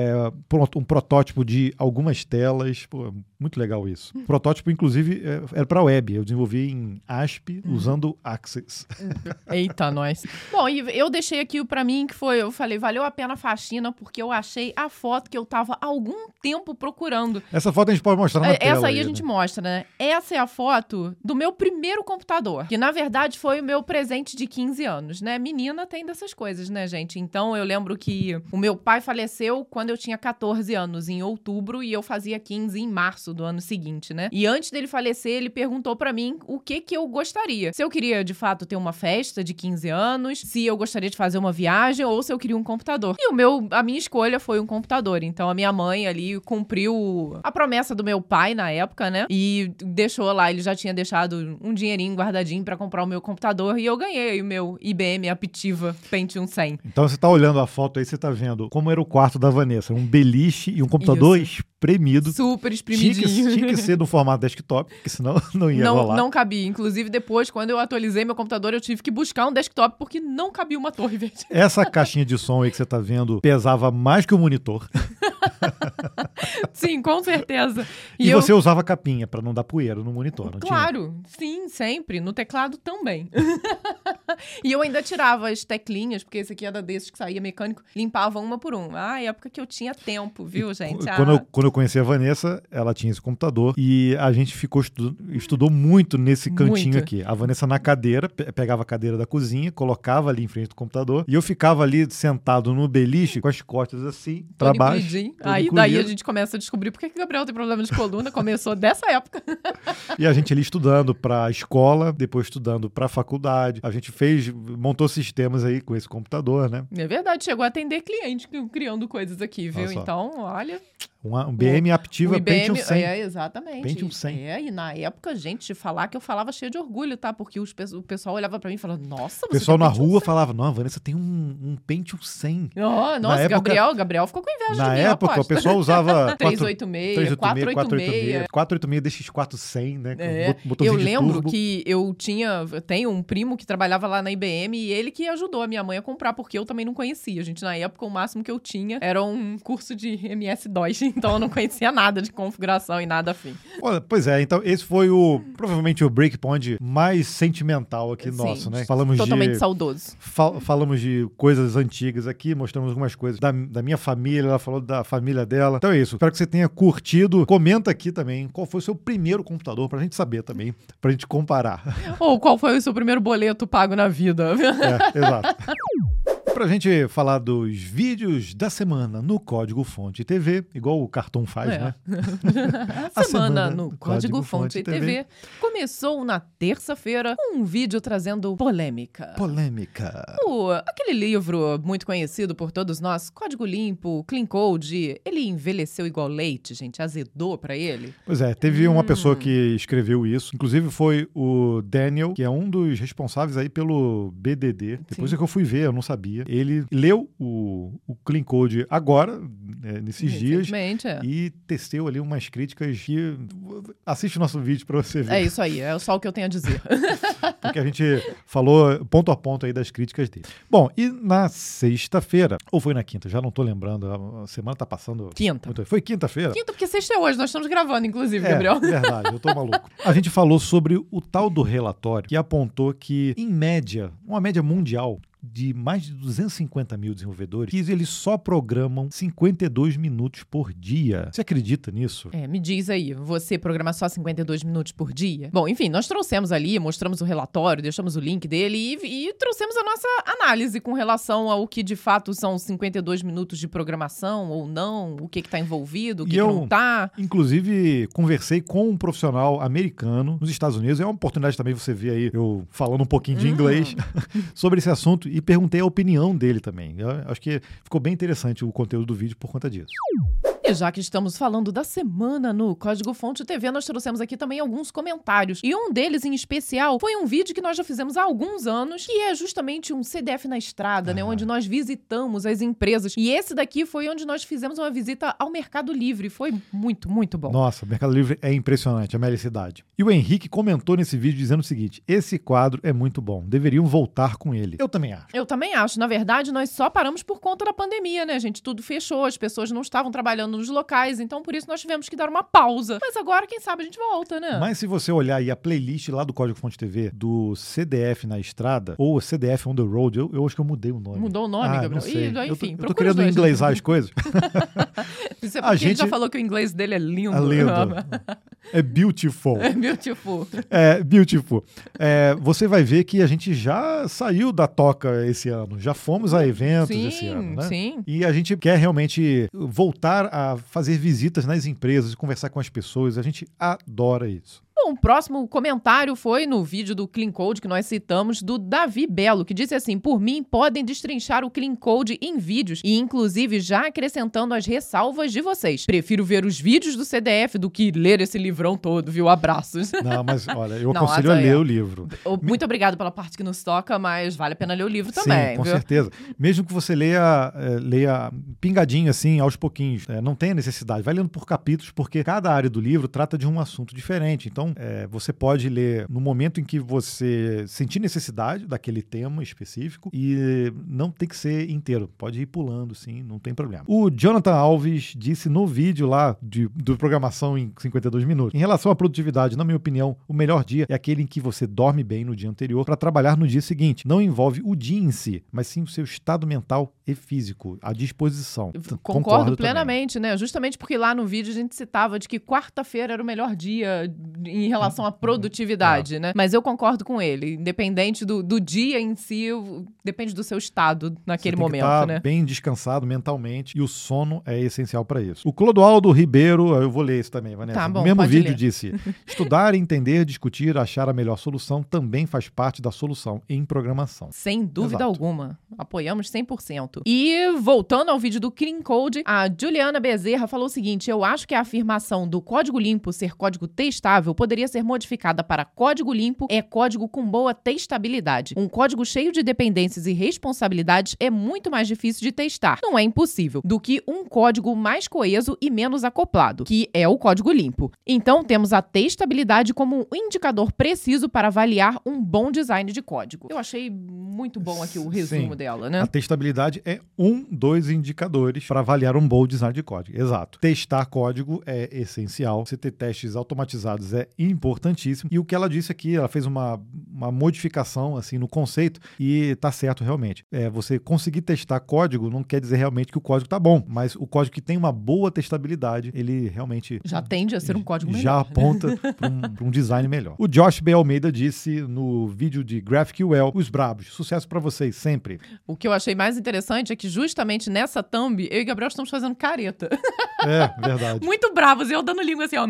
um protótipo de algumas telas. Pô, muito legal isso. O protótipo, inclusive, era para web. Eu desenvolvi em ASP usando Access. Eita, nós. Bom, e eu deixei aqui pra mim eu falei, valeu a pena a faxina, porque eu achei a foto que eu tava há algum tempo procurando. Essa foto a gente pode mostrar na tela. Essa aí a gente mostra, né? Essa é a foto do meu primeiro computador, que na verdade foi o meu presente de 15 anos, né? Menina tem dessas coisas, né, gente? Então eu lembro que o meu pai faleceu quando eu tinha 14 anos, em outubro, e eu fazia 15 em março do ano seguinte, né? E antes dele falecer, ele perguntou pra mim o que eu gostaria. Se eu queria, de fato, ter uma festa de 15 anos, se eu gostaria de fazer uma viagem ou se eu queria um computador. E a minha escolha foi um computador. Então, a minha mãe ali cumpriu a promessa do meu pai na época, né? E deixou lá, ele já tinha deixado um dinheirinho guardadinho pra comprar o meu computador e eu ganhei o meu IBM Aptiva Pentium 100. Então, você tá olhando a foto aí, você tá vendo como era o quarto da Vanessa. Um beliche e um computador espremido. Super espremidinho. Tinha que ser no formato desktop, porque senão não ia rolar. Não cabia. Inclusive, depois, quando eu atualizei meu computador, eu tive que buscar um desktop porque não cabia uma torre verde. Essa caixinha de som aí que você tá vendo pesava mais que o monitor. Sim, com certeza. E você usava capinha pra não dar poeira no monitor, não Claro, sim, sempre. No teclado também. E eu ainda tirava as teclinhas, porque esse aqui era desses que saía mecânico, limpava uma por uma. Época que eu tinha tempo, viu, gente? Quando eu conheci a Vanessa, ela tinha esse computador e a gente estudou muito nesse cantinho aqui. A Vanessa na cadeira, pegava a cadeira da cozinha, colocava ali em frente do computador e eu ficava ali sentado no beliche com as costas assim, pra baixo. Aí daí a gente começa a descobrir por que o Gabriel tem problema de coluna. Começou dessa época. E a gente ali estudando pra escola, depois estudando pra faculdade. A gente montou sistemas aí com esse computador, né? É verdade, chegou a atender cliente criando coisas aqui, viu? Então, olha... Um BM Aptiva Pentium 100. Exatamente. Pentium 100. E na época, gente, de falar que eu falava cheio de orgulho, tá? Porque o pessoal olhava pra mim e falava, nossa, você O pessoal tem na Pentium rua 100? falava, não, a Vanessa tem um Pentium 100. Nossa, época, Gabriel ficou com inveja de mim, época, o pessoal usava 386, 486. 486 DX4 100, né? Eu lembro que eu tenho um primo que trabalhava lá na IBM e ele que ajudou a minha mãe a comprar, porque eu também não conhecia. Gente, na época, o máximo que eu tinha era um curso de MS-DOS. Então eu não conhecia nada de configuração e nada afim. Olha, pois é, então esse foi provavelmente o breakpoint mais sentimental aqui nosso, né? Falamos totalmente saudoso. Falamos de coisas antigas aqui, mostramos algumas coisas da minha família, ela falou da família dela. Então é isso, espero que você tenha curtido. Comenta aqui também qual foi o seu primeiro computador, pra gente saber também, pra gente comparar. Ou qual foi o seu primeiro boleto pago na vida. Exato. Pra gente falar dos vídeos da semana no Código Fonte TV, igual o Cartoon faz, né? A semana no Código Fonte TV começou na terça-feira com um vídeo trazendo polêmica. Aquele livro muito conhecido por todos nós, Código Limpo, Clean Code, ele envelheceu igual leite, gente, azedou pra ele. Pois é, teve uma pessoa que escreveu isso, inclusive foi o Daniel, que é um dos responsáveis aí pelo BDD. Depois é que eu fui ver, eu não sabia. Ele leu o Clean Code agora, nesses dias, e teceu ali umas críticas que... Assiste o nosso vídeo pra você ver. É isso aí, é só o que eu tenho a dizer. Porque a gente falou ponto a ponto aí das críticas dele. Bom, e na sexta-feira, ou foi na quinta, já não tô lembrando, a semana tá passando... Quinta. Foi quinta-feira? Quinta, porque sexta é hoje, nós estamos gravando, inclusive, Gabriel. É verdade, eu tô maluco. A gente falou sobre o tal do relatório que apontou que, em média, uma média mundial, de mais de 250 mil desenvolvedores, que eles só programam 52 minutos por dia. Você acredita nisso? Me diz aí, você programa só 52 minutos por dia? Bom, enfim, nós trouxemos ali, mostramos o relatório, deixamos o link dele e trouxemos a nossa análise com relação ao que de fato são 52 minutos de programação ou não, o que está envolvido, o que não está. Inclusive, conversei com um profissional americano nos Estados Unidos. É uma oportunidade também você ver aí eu falando um pouquinho de inglês sobre esse assunto. E perguntei a opinião dele também. Eu acho que ficou bem interessante o conteúdo do vídeo por conta disso. E já que estamos falando da semana no Código Fonte TV, nós trouxemos aqui também alguns comentários. E um deles, em especial, foi um vídeo que nós já fizemos há alguns anos, que é justamente um CDF na estrada, né? Onde nós visitamos as empresas. E esse daqui foi onde nós fizemos uma visita ao Mercado Livre. Foi muito, muito bom. Nossa, o Mercado Livre é impressionante, a melicidade. E o Henrique comentou nesse vídeo dizendo o seguinte: esse quadro é muito bom, deveriam voltar com ele. Eu também acho. Eu também acho. Na verdade, nós só paramos por conta da pandemia, né, gente? Tudo fechou, as pessoas não estavam trabalhando nos locais, então por isso nós tivemos que dar uma pausa. Mas agora, quem sabe, a gente volta, né? Mas se você olhar aí a playlist lá do Código Fonte TV, do CDF na estrada, ou CDF on the road, eu acho que eu mudei o nome. Mudou o nome, Gabriel? Não sei. Enfim, eu tô querendo inglesar as coisas. Isso é porque ele já falou que o inglês dele é lindo. É lindo. É beautiful. É beautiful. É beautiful. Você vai ver que a gente já saiu da toca esse ano. Já fomos a eventos esse ano, né? Sim. E a gente quer realmente voltar a fazer visitas nas empresas e conversar com as pessoas. A gente adora isso. Bom, o próximo comentário foi no vídeo do Clean Code que nós citamos, do Davi Belo, que disse assim: por mim, podem destrinchar o Clean Code em vídeos e, inclusive, já acrescentando as ressalvas de vocês. Prefiro ver os vídeos do CDF do que ler esse livrão todo, viu? Abraços. Não, mas olha, eu aconselho a ler o livro. Muito obrigado pela parte que nos toca, mas vale a pena ler o livro também. Sim, com certeza. Mesmo que você leia pingadinho assim, aos pouquinhos. Não tem necessidade. Vai lendo por capítulos, porque cada área do livro trata de um assunto diferente. Então, você pode ler no momento em que você sentir necessidade daquele tema específico e não tem que ser inteiro. Pode ir pulando, sim, não tem problema. O Jonathan Alves disse no vídeo lá do Programação em 52 Minutos: em relação à produtividade, na minha opinião, o melhor dia é aquele em que você dorme bem no dia anterior para trabalhar no dia seguinte. Não envolve o dia em si, mas sim o seu estado mental e físico, à disposição. Concordo plenamente, né? Justamente porque lá no vídeo a gente citava de que quarta-feira era o melhor dia em relação à produtividade, né? Mas eu concordo com ele. Independente do dia em si, depende do seu estado naquele momento, né? Você tem que estar bem descansado mentalmente e o sono é essencial para isso. O Clodoaldo Ribeiro, eu vou ler isso também, Vanessa. Tá bom, no mesmo vídeo ler. Disse: estudar, entender, discutir, achar a melhor solução também faz parte da solução em programação. Sem dúvida alguma. Apoiamos 100%. E voltando ao vídeo do Clean Code, a Juliana Bezerra falou o seguinte: eu acho que a afirmação do código limpo ser código testável poderia ser modificada para código limpo é código com boa testabilidade. Um código cheio de dependências e responsabilidades é muito mais difícil de testar, não é impossível, do que um código mais coeso e menos acoplado, que é o código limpo. Então, temos a testabilidade como um indicador preciso para avaliar um bom design de código. Eu achei muito bom aqui o resumo dela, né? A testabilidade é dos indicadores para avaliar um bom design de código. Exato. Testar código é essencial. Você ter testes automatizados é importantíssimo. E o que ela disse aqui, ela fez uma modificação assim, no conceito e tá certo realmente. Você conseguir testar código não quer dizer realmente que o código tá bom, mas o código que tem uma boa testabilidade, ele realmente... Já tende a ser um código melhor. Já aponta para um design melhor. O Josh B. Almeida disse no vídeo de GraphQL, os brabos, sucesso para vocês sempre. O que eu achei mais interessante é que justamente nessa thumb, eu e Gabriel estamos fazendo careta. Verdade. Muito bravos, e eu dando língua assim, ó.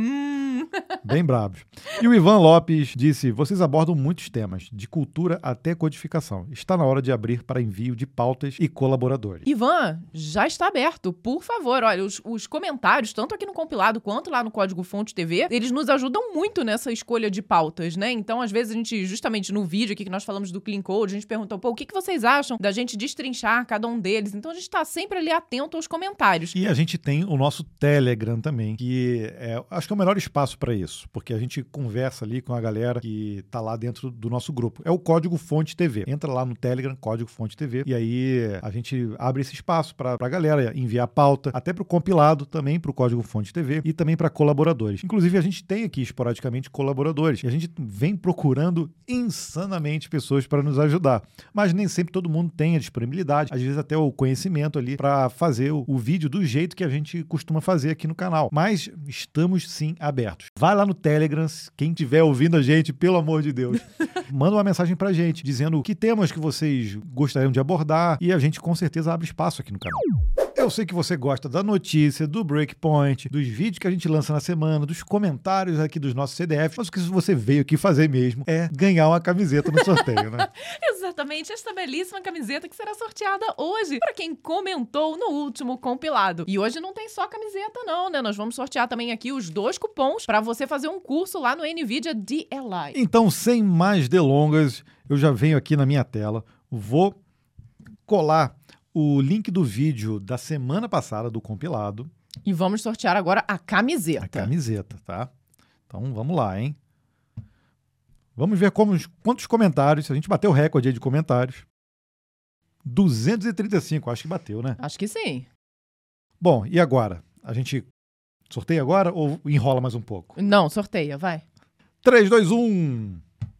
Bem bravos. E o Ivan Lopes disse, vocês abordam muitos temas, de cultura até codificação. Está na hora de abrir para envio de pautas e colaboradores. Ivan, já está aberto. Por favor, olha, os comentários, tanto aqui no compilado quanto lá no Código Fonte TV, eles nos ajudam muito nessa escolha de pautas, né? Então, às vezes, a gente, justamente no vídeo aqui que nós falamos do Clean Code, a gente perguntou, o que vocês acham da gente destrinchar cada um deles? Então, a gente está sempre ali atento aos comentários. E a gente tem o nosso Telegram também, que acho que é o melhor espaço para isso, porque a gente conversa ali com a galera que tá lá dentro do nosso grupo. É o Código Fonte TV. Entra lá no Telegram, Código Fonte TV, e aí a gente abre esse espaço para a galera enviar pauta, até para o compilado também, para o Código Fonte TV e também para colaboradores. Inclusive, a gente tem aqui esporadicamente colaboradores e a gente vem procurando insanamente pessoas para nos ajudar. Mas nem sempre todo mundo tem a disponibilidade, às vezes até o conhecimento ali para fazer o vídeo do jeito que a gente costuma fazer aqui no canal. Mas estamos sim abertos. Vai lá no Telegram, quem estiver ouvindo a gente, pelo amor de Deus, manda uma mensagem pra gente dizendo que temas que vocês gostariam de abordar e a gente com certeza abre espaço aqui no canal. Eu sei que você gosta da notícia, do Breakpoint, dos vídeos que a gente lança na semana, dos comentários aqui dos nossos CDFs, mas o que você veio aqui fazer mesmo é ganhar uma camiseta no sorteio, né? Exatamente, esta belíssima camiseta que será sorteada hoje para quem comentou no último compilado. E hoje não tem só camiseta não, né? Nós vamos sortear também aqui os 2 cupons para você fazer um curso lá no NVIDIA DLI. Então, sem mais delongas, eu já venho aqui na minha tela, vou colar o link do vídeo da semana passada do compilado. E vamos sortear agora a camiseta. A camiseta, tá? Então, vamos lá, hein? Vamos ver quantos comentários, se a gente bateu o recorde aí de comentários. 235, acho que bateu, né? Acho que sim. Bom, e agora? A gente sorteia agora ou enrola mais um pouco? Não, sorteia, vai. 3, 2, 1...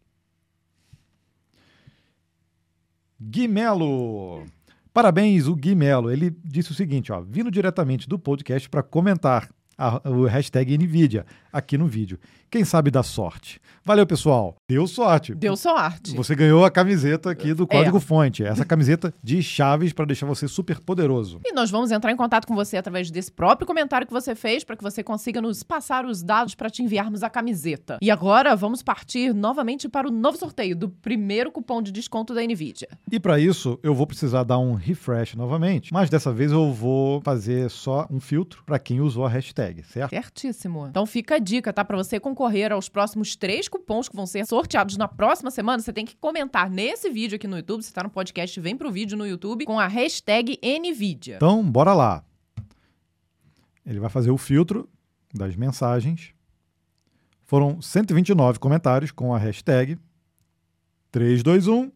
Gui Melo. Parabéns, o Gui Melo. Ele disse o seguinte, ó, vindo diretamente do podcast para comentar o hashtag NVIDIA aqui no vídeo. Quem sabe dá sorte. Valeu, pessoal. Deu sorte. Deu sorte. Você ganhou a camiseta aqui do Código Fonte. Essa camiseta de chaves para deixar você super poderoso. E nós vamos entrar em contato com você através desse próprio comentário que você fez para que você consiga nos passar os dados para te enviarmos a camiseta. E agora vamos partir novamente para o novo sorteio do primeiro cupom de desconto da NVIDIA. E para isso eu vou precisar dar um refresh novamente, mas dessa vez eu vou fazer só um filtro para quem usou a hashtag, certo? Certíssimo. Então fica a dica, tá? Para você concorrer aos próximos 3 cupons que vão ser sorteados na próxima semana, você tem que comentar nesse vídeo aqui no YouTube. Se tá no podcast, vem pro vídeo no YouTube com a hashtag NVIDIA. Então, bora lá. Ele vai fazer o filtro das mensagens. Foram 129 comentários com a hashtag 321.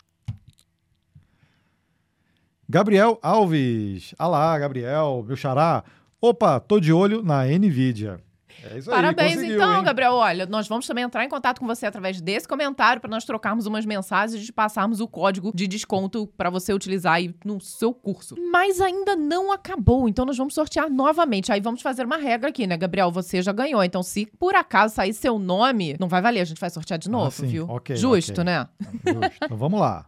Gabriel Alves. Alá, Gabriel, meu xará. Opa, tô de olho na NVIDIA. É isso aí, parabéns então, hein? Gabriel. Olha, nós vamos também entrar em contato com você através desse comentário para nós trocarmos umas mensagens e passarmos o código de desconto para você utilizar aí no seu curso. Mas ainda não acabou, então nós vamos sortear novamente. Aí vamos fazer uma regra aqui, né, Gabriel? Você já ganhou, então se por acaso sair seu nome, não vai valer, a gente vai sortear de novo, sim. Viu? Okay, Justo, okay. Né? Justo. Então vamos lá.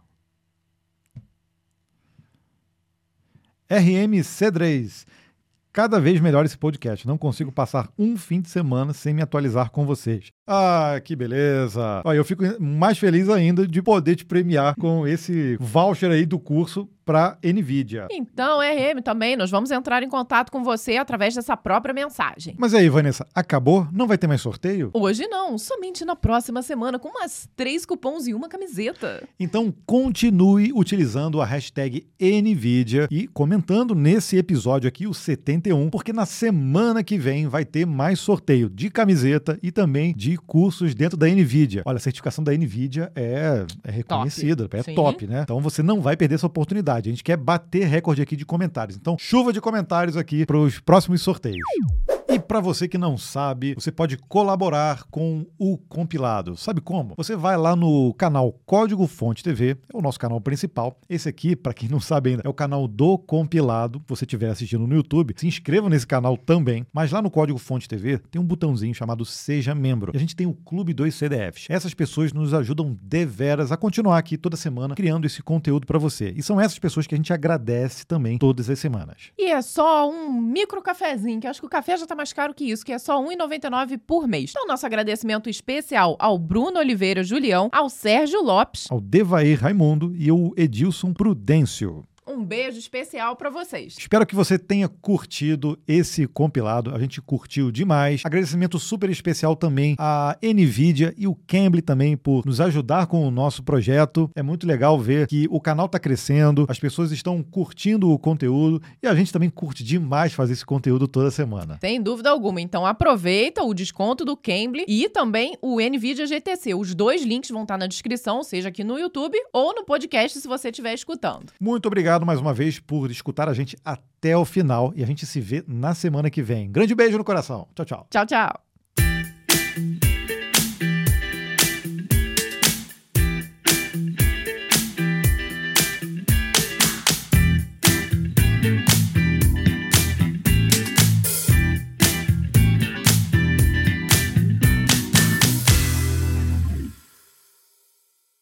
RM C3. Cada vez melhor esse podcast. Não consigo passar um fim de semana sem me atualizar com vocês. Ah, que beleza! Olha, eu fico mais feliz ainda de poder te premiar com esse voucher aí do curso para NVIDIA. Então, RM também, nós vamos entrar em contato com você através dessa própria mensagem. Mas aí, Vanessa, acabou? Não vai ter mais sorteio? Hoje não, somente na próxima semana, com umas 3 cupons e uma camiseta. Então, continue utilizando a hashtag NVIDIA e comentando nesse episódio aqui, o 71, porque na semana que vem vai ter mais sorteio de camiseta e também de cursos dentro da NVIDIA. Olha, a certificação da NVIDIA é reconhecida, Sim. Top, né? Então você não vai perder essa oportunidade. A gente quer bater recorde aqui de comentários. Então, chuva de comentários aqui para os próximos sorteios. E para você que não sabe, você pode colaborar com o compilado. Sabe como? Você vai lá no canal Código Fonte TV, é o nosso canal principal. Esse aqui, para quem não sabe ainda, é o canal do compilado. Se você estiver assistindo no YouTube, se inscreva nesse canal também. Mas lá no Código Fonte TV tem um botãozinho chamado Seja Membro. E a gente tem o Clube dos CDFs. Essas pessoas nos ajudam deveras a continuar aqui toda semana criando esse conteúdo para você. E são essas pessoas que a gente agradece também todas as semanas. E é só um micro cafezinho, que eu acho que o café já tá mais caro que isso, que é só R$ 1,99 por mês. Então, nosso agradecimento especial ao Bruno Oliveira Julião, ao Sérgio Lopes, ao Devair Raimundo e ao Edilson Prudêncio. Um beijo especial pra vocês. Espero que você tenha curtido esse compilado. A gente curtiu demais. Agradecimento super especial também à NVIDIA e o Cambly também por nos ajudar com o nosso projeto. É muito legal ver que o canal está crescendo, as pessoas estão curtindo o conteúdo e a gente também curte demais fazer esse conteúdo toda semana. Sem dúvida alguma. Então aproveita o desconto do Cambly e também o NVIDIA GTC. Os dois links vão estar na descrição, seja aqui no YouTube ou no podcast se você estiver escutando. Muito obrigado mais uma vez por escutar a gente até o final e a gente se vê na semana que vem. Grande beijo no coração. Tchau, tchau. Tchau, tchau.